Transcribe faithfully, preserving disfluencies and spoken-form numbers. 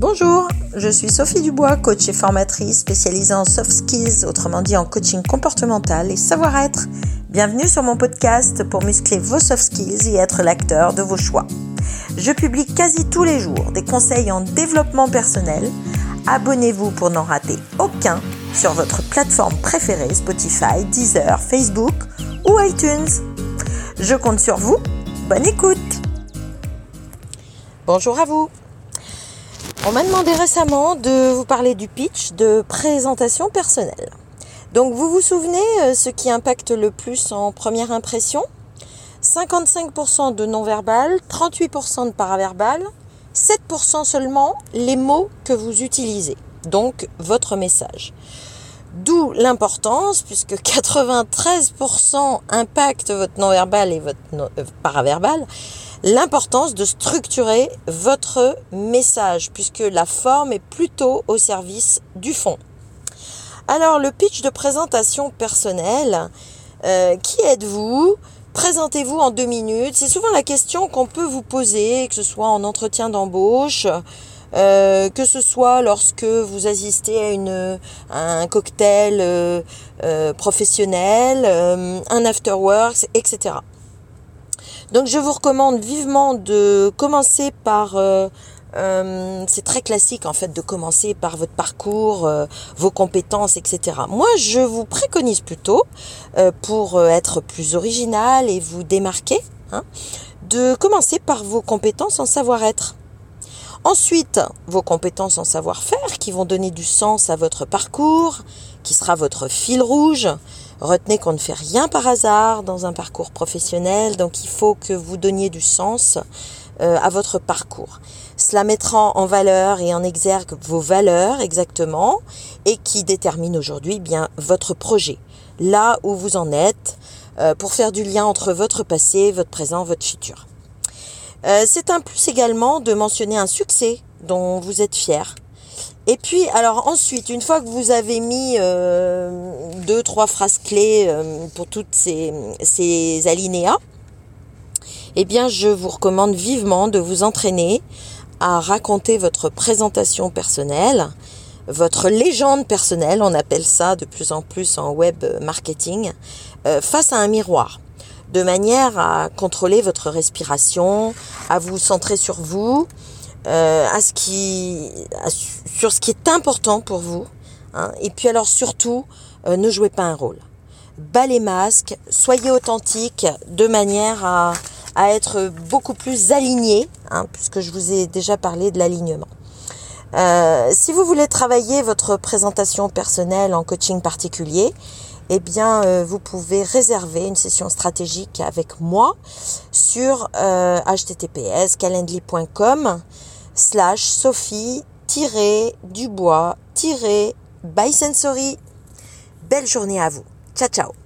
Bonjour, je suis Sophie Dubois, coach et formatrice spécialisée en soft skills, autrement dit en coaching comportemental et savoir-être. Bienvenue sur mon podcast pour muscler vos soft skills et être l'acteur de vos choix. Je publie quasi tous les jours des conseils en développement personnel. Abonnez-vous pour n'en rater aucun sur votre plateforme préférée, Spotify, Deezer, Facebook ou iTunes. Je compte sur vous. Bonne écoute. Bonjour à vous. On m'a demandé récemment de vous parler du pitch de présentation personnelle. Donc vous vous souvenez ce qui impacte le plus en première impression ? cinquante-cinq pour cent de non-verbal, trente-huit pour cent de paraverbal, sept pour cent seulement les mots que vous utilisez, donc votre message. D'où l'importance, puisque quatre-vingt-treize pour cent impactent votre non-verbal et votre non- euh, paraverbal, l'importance de structurer votre message, puisque la forme est plutôt au service du fond. Alors, le pitch de présentation personnelle, euh, qui êtes-vous ? Présentez-vous en deux minutes. C'est souvent la question qu'on peut vous poser, que ce soit en entretien d'embauche, euh, que ce soit lorsque vous assistez à, une, à un cocktail euh, euh, professionnel, euh, un afterworks, et cetera. Donc je vous recommande vivement de commencer par, euh, euh, c'est très classique en fait, de commencer par votre parcours, euh, vos compétences, et cetera. Moi je vous préconise plutôt, euh, pour être plus original et vous démarquer, hein, de commencer par vos compétences en savoir-être. Ensuite, vos compétences en savoir-faire qui vont donner du sens à votre parcours, qui sera votre fil rouge. Retenez qu'on ne fait rien par hasard dans un parcours professionnel, donc il faut que vous donniez du sens euh, à votre parcours. Cela mettra en valeur et en exergue vos valeurs exactement et qui détermine aujourd'hui bien votre projet, là où vous en êtes, euh, pour faire du lien entre votre passé, votre présent, votre futur. Euh, c'est un plus également de mentionner un succès dont vous êtes fier. Et puis, alors ensuite, une fois que vous avez mis euh, deux, trois phrases clés euh, pour toutes ces, ces alinéas, eh bien, je vous recommande vivement de vous entraîner à raconter votre présentation personnelle, votre légende personnelle, on appelle ça de plus en plus en web marketing, euh, face à un miroir, de manière à contrôler votre respiration, à vous centrer sur vous, Euh, à ce qui, à, sur ce qui est important pour vous, hein. Et puis alors surtout, euh, ne jouez pas un rôle. Bas les masques, soyez authentique de manière à, à être beaucoup plus aligné, hein, puisque je vous ai déjà parlé de l'alignement. Euh, si vous voulez travailler votre présentation personnelle en coaching particulier, eh bien, euh, vous pouvez réserver une session stratégique avec moi sur euh, h t t p s calendly point com slash sophie dubois by sensory. Belle journée à vous. Ciao, ciao.